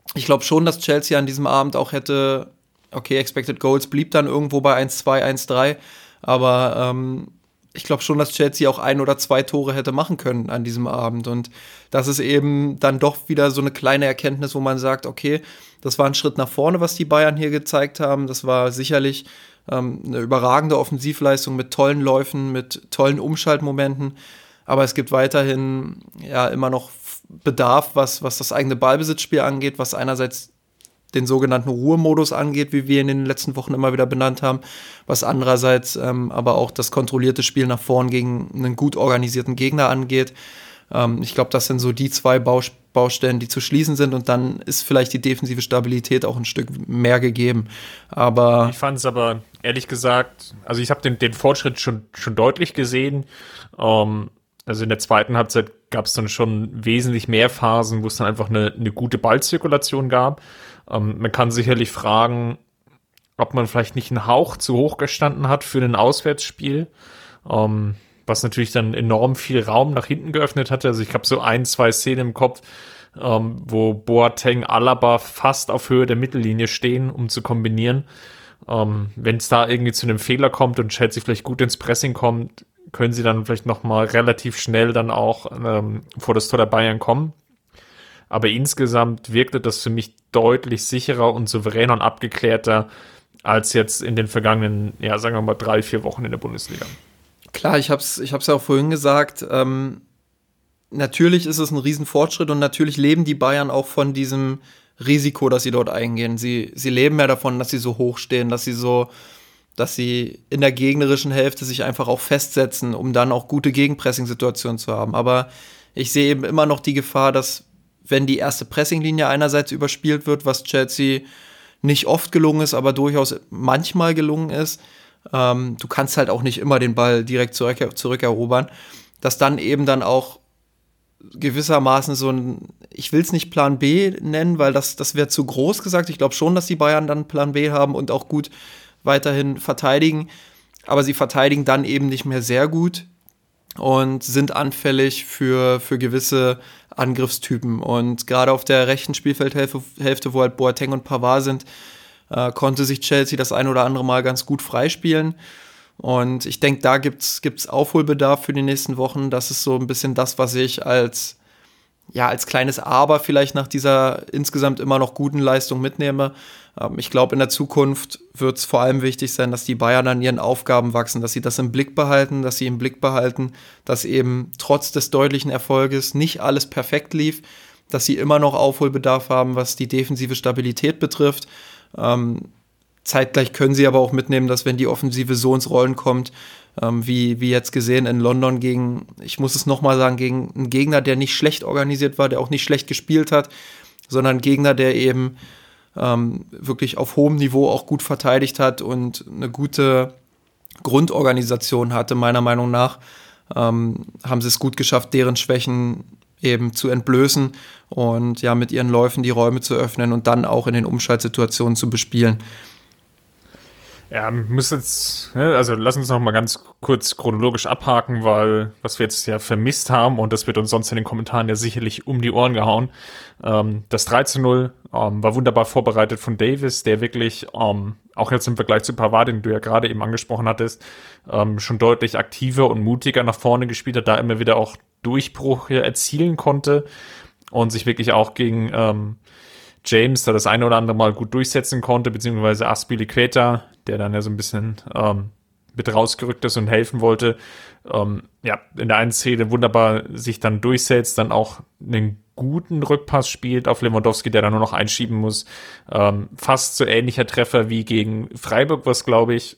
Ich glaube schon, dass Chelsea an diesem Abend auch hätte, okay, Expected Goals blieb dann irgendwo bei 1-2, 1-3, aber ich glaube schon, dass Chelsea auch 1 oder 2 Tore hätte machen können an diesem Abend. Und das ist eben dann doch wieder so eine kleine Erkenntnis, wo man sagt, okay, das war ein Schritt nach vorne, was die Bayern hier gezeigt haben. Das war sicherlich eine überragende Offensivleistung mit tollen Läufen, mit tollen Umschaltmomenten. Aber es gibt weiterhin ja immer noch Bedarf, was das eigene Ballbesitzspiel angeht, was einerseits den sogenannten Ruhemodus angeht, wie wir ihn in den letzten Wochen immer wieder benannt haben, was andererseits aber auch das kontrollierte Spiel nach vorn gegen einen gut organisierten Gegner angeht. Ich glaube, das sind so die 2 Baustellen, die zu schließen sind, und dann ist vielleicht die defensive Stabilität auch ein Stück mehr gegeben. Aber ich fand es aber, ehrlich gesagt, also ich habe den Fortschritt schon deutlich gesehen. Also in der zweiten Halbzeit gab es dann schon wesentlich mehr Phasen, wo es dann einfach eine gute Ballzirkulation gab. Man kann sicherlich fragen, ob man vielleicht nicht einen Hauch zu hoch gestanden hat für ein Auswärtsspiel, was natürlich dann enorm viel Raum nach hinten geöffnet hatte. Also ich habe so 1, 2 Szenen im Kopf, wo Boateng, Alaba fast auf Höhe der Mittellinie stehen, um zu kombinieren. Wenn es da irgendwie zu einem Fehler kommt und Chelsea vielleicht gut ins Pressing kommt, können sie dann vielleicht nochmal relativ schnell dann auch vor das Tor der Bayern kommen. Aber insgesamt wirkte das für mich deutlich sicherer und souveräner und abgeklärter als jetzt in den vergangenen, ja, sagen wir mal 3, 4 Wochen in der Bundesliga. klar, ich hab's ja auch vorhin gesagt, natürlich ist es ein Riesenfortschritt und natürlich leben die Bayern auch von diesem Risiko, das sie dort eingehen. Sie leben ja davon, dass sie so hoch stehen, dass sie in der gegnerischen Hälfte sich einfach auch festsetzen, um dann auch gute Gegenpressing-Situationen zu haben. Aber ich sehe eben immer noch die Gefahr, dass, wenn die erste Pressinglinie einerseits überspielt wird, was Chelsea nicht oft gelungen ist, aber durchaus manchmal gelungen ist, du kannst halt auch nicht immer den Ball direkt zurückerobern, dass dann eben dann auch gewissermaßen so ein, ich will es nicht Plan B nennen, weil das wäre zu groß gesagt. Ich glaube schon, dass die Bayern dann Plan B haben und auch gut weiterhin verteidigen, aber sie verteidigen dann eben nicht mehr sehr gut und sind anfällig für gewisse Angriffstypen. Und gerade auf der rechten Spielfeldhälfte, wo halt Boateng und Pavard sind, konnte sich Chelsea das ein oder andere Mal ganz gut freispielen. Und ich denke, da gibt's Aufholbedarf für die nächsten Wochen. Das ist so ein bisschen das, was ich als kleines Aber vielleicht nach dieser insgesamt immer noch guten Leistung mitnehme. Ich glaube, in der Zukunft wird es vor allem wichtig sein, dass die Bayern an ihren Aufgaben wachsen, dass sie das im Blick behalten, dass eben trotz des deutlichen Erfolges nicht alles perfekt lief, dass sie immer noch Aufholbedarf haben, was die defensive Stabilität betrifft. Zeitgleich können sie aber auch mitnehmen, dass, wenn die Offensive so ins Rollen kommt, wie jetzt gesehen in London gegen einen Gegner, der nicht schlecht organisiert war, der auch nicht schlecht gespielt hat, sondern ein Gegner, der eben wirklich auf hohem Niveau auch gut verteidigt hat und eine gute Grundorganisation hatte, meiner Meinung nach, haben sie es gut geschafft, deren Schwächen eben zu entblößen und ja mit ihren Läufen die Räume zu öffnen und dann auch in den Umschaltsituationen zu bespielen. Ja, lass uns noch mal ganz kurz chronologisch abhaken, weil was wir jetzt ja vermisst haben, und das wird uns sonst in den Kommentaren ja sicherlich um die Ohren gehauen, das 3:0 war wunderbar vorbereitet von Davis, der wirklich, auch jetzt im Vergleich zu Pavard, den du ja gerade eben angesprochen hattest, schon deutlich aktiver und mutiger nach vorne gespielt hat, da immer wieder auch Durchbrüche erzielen konnte und sich wirklich auch gegen James da das eine oder andere Mal gut durchsetzen konnte, beziehungsweise Azpilicueta, der dann ja so ein bisschen mit rausgerückt ist und helfen wollte, in der einen Szene wunderbar sich dann durchsetzt, dann auch einen guten Rückpass spielt auf Lewandowski, der dann nur noch einschieben muss. Fast so ähnlicher Treffer wie gegen Freiburg, was glaube ich,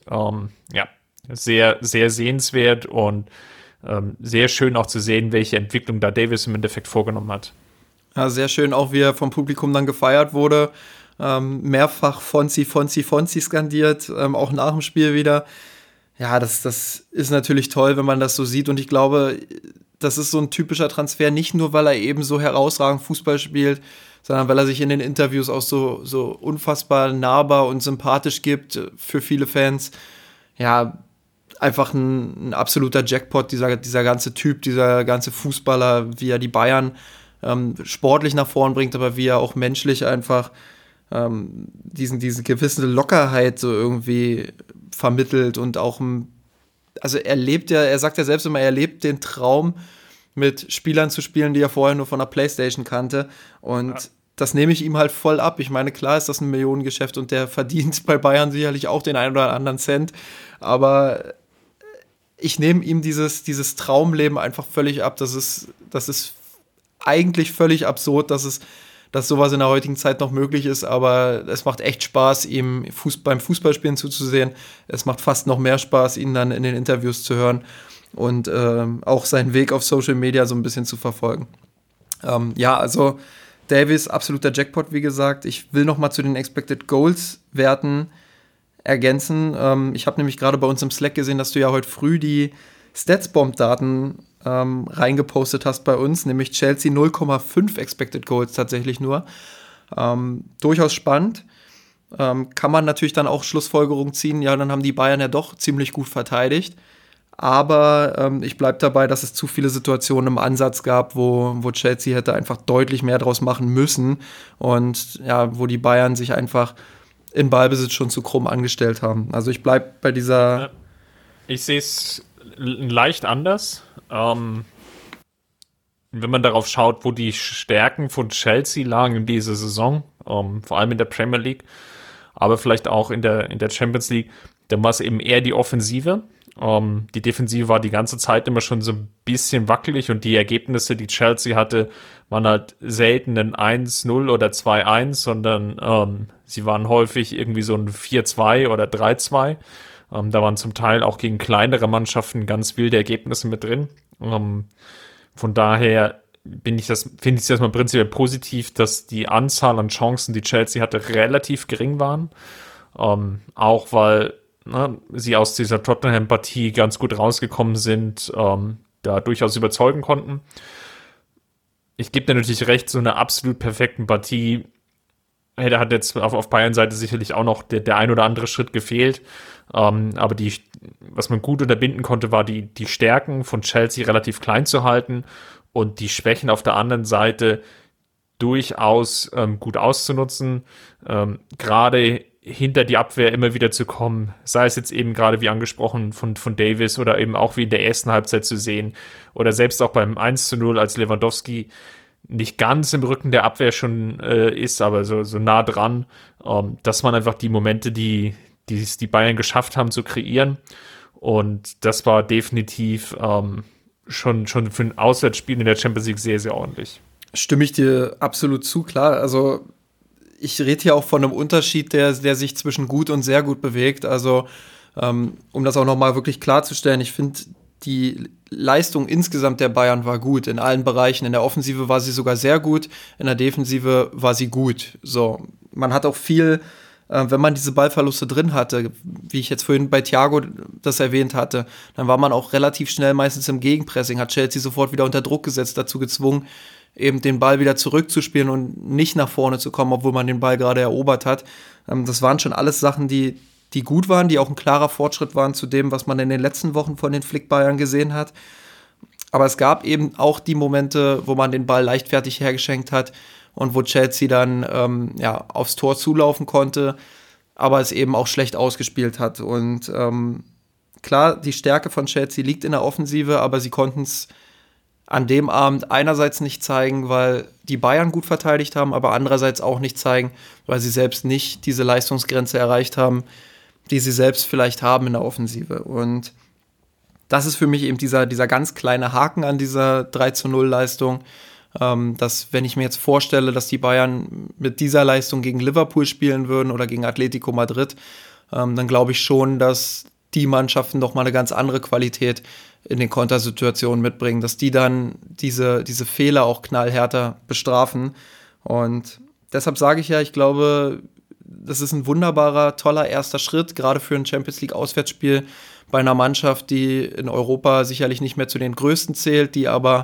sehr, sehr sehenswert und sehr schön auch zu sehen, welche Entwicklung da Davis im Endeffekt vorgenommen hat. Ja, sehr schön, auch wie er vom Publikum dann gefeiert wurde. Mehrfach Fonzi skandiert, auch nach dem Spiel wieder. Ja, das ist natürlich toll, wenn man das so sieht. Und ich glaube, das ist so ein typischer Transfer, nicht nur, weil er eben so herausragend Fußball spielt, sondern weil er sich in den Interviews auch so unfassbar nahbar und sympathisch gibt für viele Fans. Ja, einfach ein absoluter Jackpot, dieser ganze Typ, dieser ganze Fußballer, wie er die Bayern sportlich nach vorn bringt, aber wie er auch menschlich einfach diese gewisse Lockerheit so irgendwie vermittelt und auch also er sagt ja selbst immer, er lebt den Traum, mit Spielern zu spielen, die er vorher nur von der PlayStation kannte. Und das nehme ich ihm halt voll ab. Ich meine, klar ist das ein Millionengeschäft und der verdient bei Bayern sicherlich auch den einen oder anderen Cent. Aber ich nehme ihm dieses Traumleben einfach völlig ab. Das ist eigentlich völlig absurd, dass sowas in der heutigen Zeit noch möglich ist, aber es macht echt Spaß, ihm beim Fußballspielen zuzusehen. Es macht fast noch mehr Spaß, ihn dann in den Interviews zu hören und auch seinen Weg auf Social Media so ein bisschen zu verfolgen. Also Davies, absoluter Jackpot, wie gesagt. Ich will noch mal zu den Expected Goals Werten ergänzen. Ich habe nämlich gerade bei uns im Slack gesehen, dass du ja heute früh die Statsbomb-Daten reingepostet hast bei uns, nämlich Chelsea 0,5 Expected Goals tatsächlich nur. Durchaus spannend. Kann man natürlich dann auch Schlussfolgerungen ziehen, ja, dann haben die Bayern ja doch ziemlich gut verteidigt. Aber ich bleibe dabei, dass es zu viele Situationen im Ansatz gab, wo Chelsea hätte einfach deutlich mehr draus machen müssen und ja, wo die Bayern sich einfach in Ballbesitz schon zu krumm angestellt haben. Also ich bleibe bei dieser... Ich sehe es leicht anders. Wenn man darauf schaut, wo die Stärken von Chelsea lagen in dieser Saison, vor allem in der Premier League, aber vielleicht auch in der Champions League, dann war es eben eher die Offensive. Die Defensive war die ganze Zeit immer schon so ein bisschen wackelig und die Ergebnisse, die Chelsea hatte, waren halt selten ein 1-0 oder 2-1, sondern sie waren häufig irgendwie so ein 4-2 oder 3-2. Da waren zum Teil auch gegen kleinere Mannschaften ganz wilde Ergebnisse mit drin. Von daher finde ich das mal prinzipiell positiv, dass die Anzahl an Chancen, die Chelsea hatte, relativ gering waren. Auch weil sie aus dieser Tottenham-Partie ganz gut rausgekommen sind, da durchaus überzeugen konnten. Ich gebe dir natürlich recht, so eine absolut perfekten Partie hat jetzt auf Bayern-Seite sicherlich auch noch der ein oder andere Schritt gefehlt. Aber was man gut unterbinden konnte, war die Stärken von Chelsea relativ klein zu halten und die Schwächen auf der anderen Seite durchaus gut auszunutzen. Gerade hinter die Abwehr immer wieder zu kommen, sei es jetzt eben gerade wie angesprochen von Davies oder eben auch wie in der ersten Halbzeit zu sehen oder selbst auch beim 1-0, als Lewandowski nicht ganz im Rücken der Abwehr schon ist, aber so nah dran, dass man einfach die Momente, die Bayern geschafft haben zu kreieren, und das war definitiv schon für ein Auswärtsspiel in der Champions League sehr, sehr ordentlich. Stimme ich dir absolut zu, klar. Also ich rede hier auch von einem Unterschied, der sich zwischen gut und sehr gut bewegt. Also um das auch nochmal wirklich klarzustellen, ich finde, die Leistung insgesamt der Bayern war gut in allen Bereichen. In der Offensive war sie sogar sehr gut, in der Defensive war sie gut. So, man hat auch viel, wenn man diese Ballverluste drin hatte, wie ich jetzt vorhin bei Thiago das erwähnt hatte, dann war man auch relativ schnell meistens im Gegenpressing, hat Chelsea sofort wieder unter Druck gesetzt, dazu gezwungen, eben den Ball wieder zurückzuspielen und nicht nach vorne zu kommen, obwohl man den Ball gerade erobert hat. Das waren schon alles Sachen, die gut waren, die auch ein klarer Fortschritt waren zu dem, was man in den letzten Wochen von den Flick-Bayern gesehen hat. Aber es gab eben auch die Momente, wo man den Ball leichtfertig hergeschenkt hat und wo Chelsea dann aufs Tor zulaufen konnte, aber es eben auch schlecht ausgespielt hat. Und klar, die Stärke von Chelsea liegt in der Offensive, aber sie konnten es an dem Abend einerseits nicht zeigen, weil die Bayern gut verteidigt haben, aber andererseits auch nicht zeigen, weil sie selbst nicht diese Leistungsgrenze erreicht haben, die sie selbst vielleicht haben in der Offensive. Und das ist für mich eben dieser ganz kleine Haken an dieser 3-0-Leistung, dass, wenn ich mir jetzt vorstelle, dass die Bayern mit dieser Leistung gegen Liverpool spielen würden oder gegen Atletico Madrid, dann glaube ich schon, dass die Mannschaften doch mal eine ganz andere Qualität in den Kontersituationen mitbringen, dass die dann diese Fehler auch knallhärter bestrafen. Und deshalb sage ich ja, ich glaube, das ist ein wunderbarer, toller erster Schritt, gerade für ein Champions-League-Auswärtsspiel bei einer Mannschaft, die in Europa sicherlich nicht mehr zu den größten zählt, die aber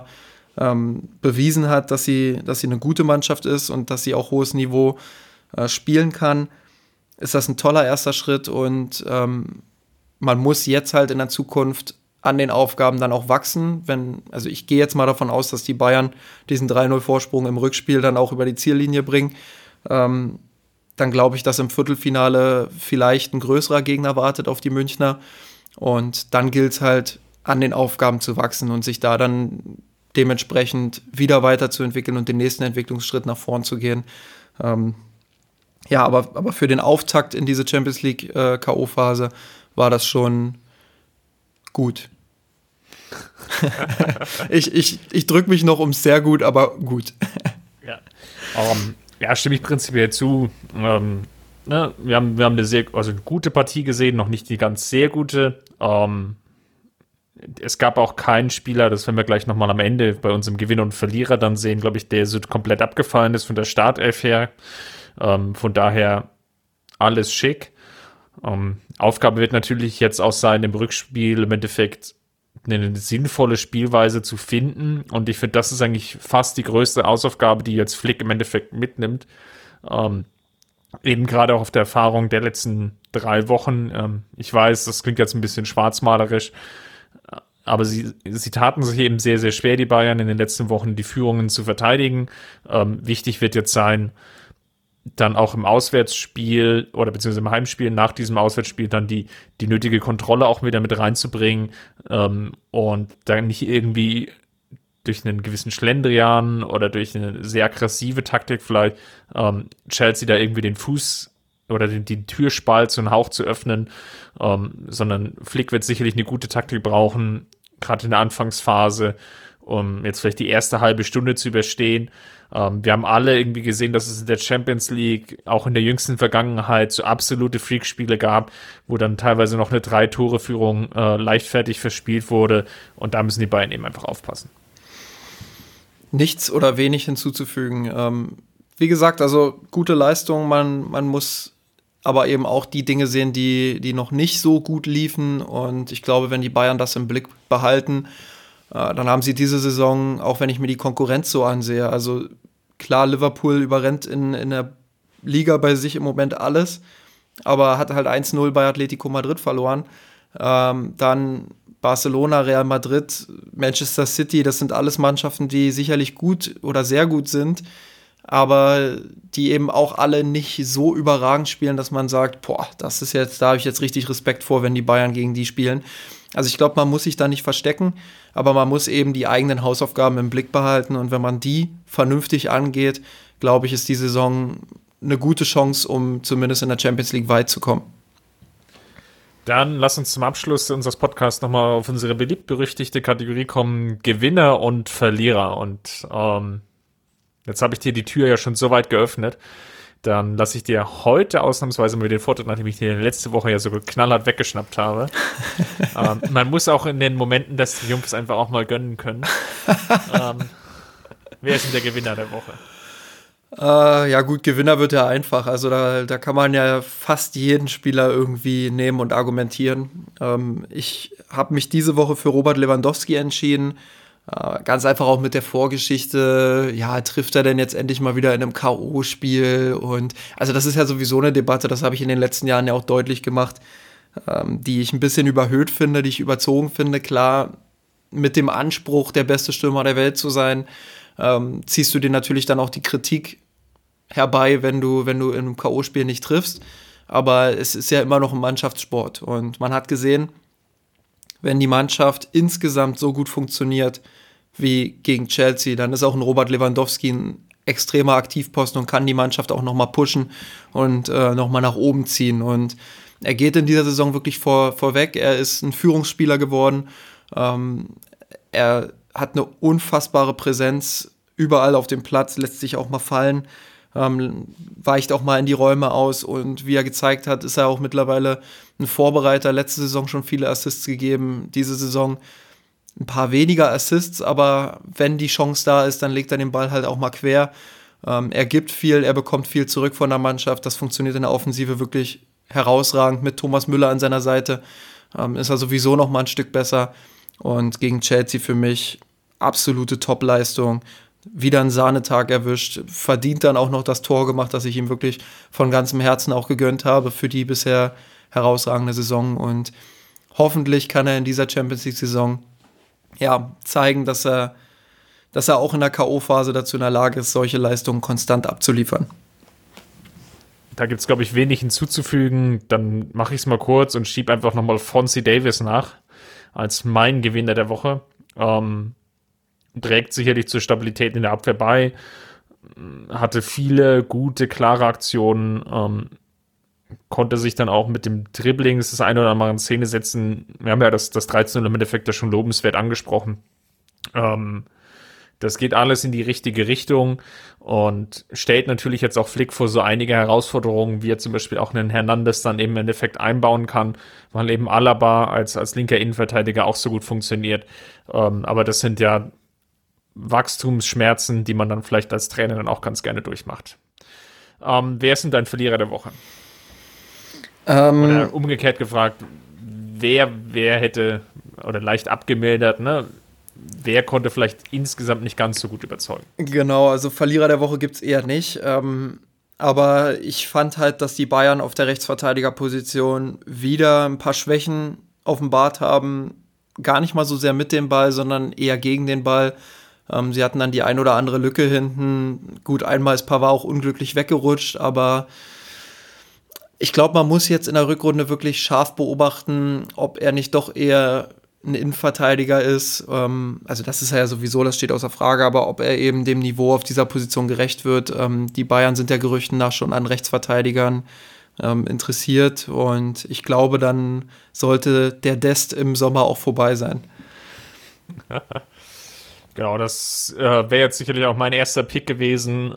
bewiesen hat, dass sie eine gute Mannschaft ist und dass sie auch hohes Niveau spielen kann. Ist das ein toller erster Schritt und man muss jetzt halt in der Zukunft an den Aufgaben dann auch wachsen. Also ich gehe jetzt mal davon aus, dass die Bayern diesen 3-0-Vorsprung im Rückspiel dann auch über die Ziellinie bringen. Dann glaube ich, dass im Viertelfinale vielleicht ein größerer Gegner wartet auf die Münchner. Und dann gilt es halt, an den Aufgaben zu wachsen und sich da dann dementsprechend wieder weiterzuentwickeln und den nächsten Entwicklungsschritt nach vorn zu gehen. Aber für den Auftakt in diese Champions League K.O.-Phase war das schon gut. Ich drücke mich noch ums sehr gut, aber gut. Ja, stimme ich prinzipiell zu. Wir haben eine gute Partie gesehen, noch nicht die ganz sehr gute. Es gab auch keinen Spieler, das werden wir gleich nochmal am Ende bei unserem Gewinner und Verlierer dann sehen, glaube ich, der so komplett abgefallen ist von der Startelf her. Von daher alles schick. Aufgabe wird natürlich jetzt auch sein, im Rückspiel im Endeffekt eine sinnvolle Spielweise zu finden. Und ich finde, das ist eigentlich fast die größte Hausaufgabe, die jetzt Flick im Endeffekt mitnimmt. Eben gerade auch auf der Erfahrung der letzten 3 Wochen. Ich weiß, das klingt jetzt ein bisschen schwarzmalerisch, aber sie taten sich eben sehr, sehr schwer, die Bayern, in den letzten Wochen die Führungen zu verteidigen. Wichtig wird jetzt sein, dann auch im Auswärtsspiel oder beziehungsweise im Heimspiel nach diesem Auswärtsspiel dann die nötige Kontrolle auch wieder mit reinzubringen und dann nicht irgendwie durch einen gewissen Schlendrian oder durch eine sehr aggressive Taktik vielleicht Chelsea da irgendwie den Fuß oder die Türspalt so einen Hauch zu öffnen, sondern Flick wird sicherlich eine gute Taktik brauchen, gerade in der Anfangsphase, um jetzt vielleicht die erste halbe Stunde zu überstehen. Wir haben alle irgendwie gesehen, dass es in der Champions League auch in der jüngsten Vergangenheit so absolute Freakspiele gab, wo dann teilweise noch eine 3-Tore-Führung leichtfertig verspielt wurde, und da müssen die Bayern eben einfach aufpassen. Nichts oder wenig hinzuzufügen. Wie gesagt, also gute Leistung, man muss aber eben auch die Dinge sehen, die noch nicht so gut liefen, und ich glaube, wenn die Bayern das im Blick behalten, dann haben sie diese Saison, auch wenn ich mir die Konkurrenz so ansehe, also klar, Liverpool überrennt in der Liga bei sich im Moment alles, aber hat halt 1-0 bei Atletico Madrid verloren. Dann Barcelona, Real Madrid, Manchester City, das sind alles Mannschaften, die sicherlich gut oder sehr gut sind, aber die eben auch alle nicht so überragend spielen, dass man sagt, da habe ich jetzt richtig Respekt vor, wenn die Bayern gegen die spielen. Also ich glaube, man muss sich da nicht verstecken, aber man muss eben die eigenen Hausaufgaben im Blick behalten, und wenn man die vernünftig angeht, glaube ich, ist die Saison eine gute Chance, um zumindest in der Champions League weit zu kommen. Dann lass uns zum Abschluss unseres Podcasts nochmal auf unsere beliebt-berüchtigte Kategorie kommen, Gewinner und Verlierer. Und jetzt habe ich dir die Tür ja schon so weit geöffnet. Dann lasse ich dir heute ausnahmsweise mal den Vortritt, nachdem ich dir letzte Woche ja so knallhart weggeschnappt habe. Man muss auch in den Momenten des Triumphs einfach auch mal gönnen können. Wer ist denn der Gewinner der Woche? Ja gut, Gewinner wird ja einfach. Also da kann man ja fast jeden Spieler irgendwie nehmen und argumentieren. Ich habe mich diese Woche für Robert Lewandowski entschieden. Ganz einfach auch mit der Vorgeschichte, ja, trifft er denn jetzt endlich mal wieder in einem K.O.-Spiel? Und also das ist ja sowieso eine Debatte, das habe ich in den letzten Jahren ja auch deutlich gemacht, die ich ein bisschen überhöht finde, die ich überzogen finde. Klar, mit dem Anspruch, der beste Stürmer der Welt zu sein, ziehst du dir natürlich dann auch die Kritik herbei, wenn du in einem K.O.-Spiel nicht triffst. Aber es ist ja immer noch ein Mannschaftssport, und man hat gesehen, wenn die Mannschaft insgesamt so gut funktioniert wie gegen Chelsea, dann ist auch ein Robert Lewandowski ein extremer Aktivposten und kann die Mannschaft auch nochmal pushen und nochmal nach oben ziehen. Und er geht in dieser Saison wirklich vorweg. Er ist ein Führungsspieler geworden. Er hat eine unfassbare Präsenz überall auf dem Platz, lässt sich auch mal fallen, weicht auch mal in die Räume aus, und wie er gezeigt hat, ist er auch mittlerweile ein Vorbereiter. Letzte Saison schon viele Assists gegeben, diese Saison ein paar weniger Assists, aber wenn die Chance da ist, dann legt er den Ball halt auch mal quer. Er gibt viel, er bekommt viel zurück von der Mannschaft, das funktioniert in der Offensive wirklich herausragend. Mit Thomas Müller an seiner Seite ist er sowieso noch mal ein Stück besser, und gegen Chelsea für mich absolute Top-Leistung. Wieder einen Sahnetag erwischt, verdient dann auch noch das Tor gemacht, das ich ihm wirklich von ganzem Herzen auch gegönnt habe für die bisher herausragende Saison. Und hoffentlich kann er in dieser Champions League-Saison zeigen, dass er auch in der K.O.-Phase dazu in der Lage ist, solche Leistungen konstant abzuliefern. Da gibt es, glaube ich, wenig hinzuzufügen. Dann mache ich es mal kurz und schiebe einfach nochmal Fonzie Davies nach als mein Gewinner der Woche. Trägt sicherlich zur Stabilität in der Abwehr bei. Hatte viele gute, klare Aktionen. Konnte sich dann auch mit dem Dribbling das eine oder andere in Szene setzen. Wir haben ja das 13 im Endeffekt ja schon lobenswert angesprochen. Das geht alles in die richtige Richtung und stellt natürlich jetzt auch Flick vor so einige Herausforderungen, wie er zum Beispiel auch einen Hernandez dann eben im Endeffekt einbauen kann, weil eben Alaba als linker Innenverteidiger auch so gut funktioniert. Aber das sind ja Wachstumsschmerzen, die man dann vielleicht als Trainer dann auch ganz gerne durchmacht. Wer ist denn dein Verlierer der Woche? Oder umgekehrt gefragt, wer hätte, oder leicht abgemildert, ne? Wer konnte vielleicht insgesamt nicht ganz so gut überzeugen? Genau, also Verlierer der Woche gibt es eher nicht. Aber ich fand halt, dass die Bayern auf der Rechtsverteidigerposition wieder ein paar Schwächen offenbart haben. Gar nicht mal so sehr mit dem Ball, sondern eher gegen den Ball. Sie hatten dann die ein oder andere Lücke hinten. Gut, einmal ist Pavard auch unglücklich weggerutscht, aber ich glaube, man muss jetzt in der Rückrunde wirklich scharf beobachten, ob er nicht doch eher ein Innenverteidiger ist. Also das ist ja sowieso, das steht außer Frage, aber ob er eben dem Niveau auf dieser Position gerecht wird. Die Bayern sind ja Gerüchten nach schon an Rechtsverteidigern interessiert und ich glaube, dann sollte der Dest im Sommer auch vorbei sein. Genau, das wäre jetzt sicherlich auch mein erster Pick gewesen.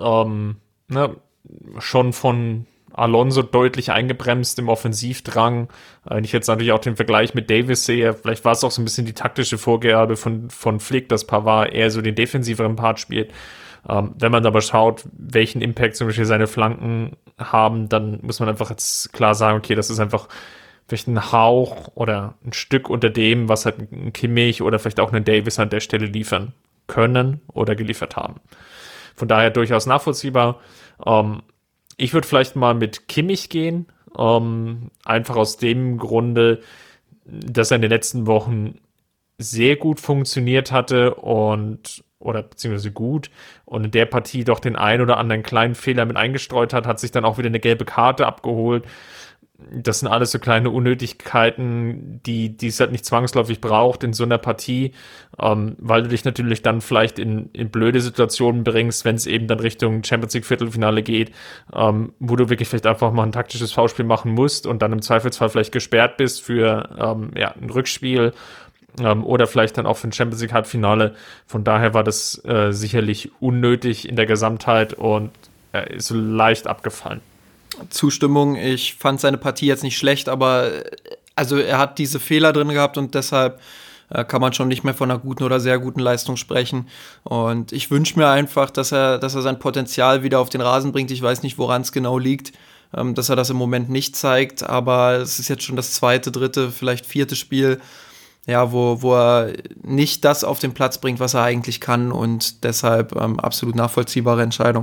Schon von Alonso deutlich eingebremst im Offensivdrang. Wenn ich jetzt natürlich auch den Vergleich mit Davis sehe, vielleicht war es auch so ein bisschen die taktische Vorgabe von Flick, dass Pavard eher so den defensiveren Part spielt. Wenn man aber schaut, welchen Impact zum Beispiel seine Flanken haben, dann muss man einfach jetzt klar sagen, okay, das ist einfach vielleicht ein Hauch oder ein Stück unter dem, was halt ein Kimmich oder vielleicht auch ein Davis an der Stelle liefern können oder geliefert haben. Von daher durchaus nachvollziehbar. Ich würde vielleicht mal mit Kimmich gehen, einfach aus dem Grunde, dass er in den letzten Wochen sehr gut funktioniert hatte beziehungsweise gut und in der Partie doch den ein oder anderen kleinen Fehler mit eingestreut hat sich dann auch wieder eine gelbe Karte abgeholt. Das sind alles so kleine Unnötigkeiten, die es halt nicht zwangsläufig braucht in so einer Partie, weil du dich natürlich dann vielleicht in blöde Situationen bringst, wenn es eben dann Richtung Champions League Viertelfinale geht, wo du wirklich vielleicht einfach mal ein taktisches Foulspiel machen musst und dann im Zweifelsfall vielleicht gesperrt bist für ein Rückspiel oder vielleicht dann auch für ein Champions League Halbfinale. Von daher war das sicherlich unnötig in der Gesamtheit und ist leicht abgefallen. Zustimmung, ich fand seine Partie jetzt nicht schlecht, aber also er hat diese Fehler drin gehabt und deshalb kann man schon nicht mehr von einer guten oder sehr guten Leistung sprechen. Und ich wünsche mir einfach, dass er sein Potenzial wieder auf den Rasen bringt. Ich weiß nicht, woran es genau liegt, dass er das im Moment nicht zeigt, aber es ist jetzt schon das 2., 3., vielleicht 4. Spiel, wo er nicht das auf den Platz bringt, was er eigentlich kann und deshalb absolut nachvollziehbare Entscheidung.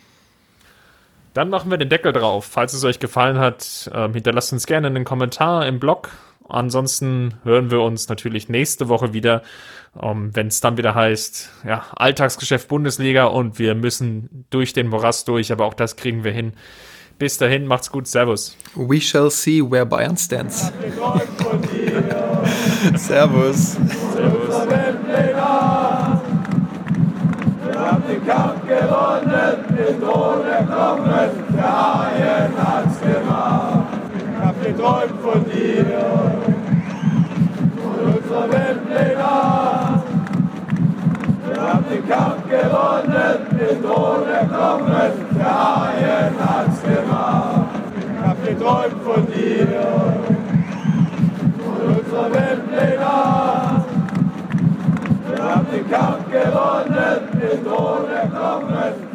Dann machen wir den Deckel drauf. Falls es euch gefallen hat, hinterlasst uns gerne einen Kommentar im Blog. Ansonsten hören wir uns natürlich nächste Woche wieder, wenn es dann wieder heißt, Alltagsgeschäft Bundesliga und wir müssen durch den Morast durch, aber auch das kriegen wir hin. Bis dahin, macht's gut, Servus. We shall see where Bayern stands. Servus. Servus. Wir haben den Kampf gewonnen, den Thron erklommen, der Haien hat's gemacht. Ich hab geträumt von dir, von unserer Weltpläne. Wir haben den Kampf gewonnen, den Thron erklommen, der Haien hat's gemacht. Ich hab geträumt von dir, von unserer Weltpläne. Wir haben den Kampf gewonnen, den Thron erklommen.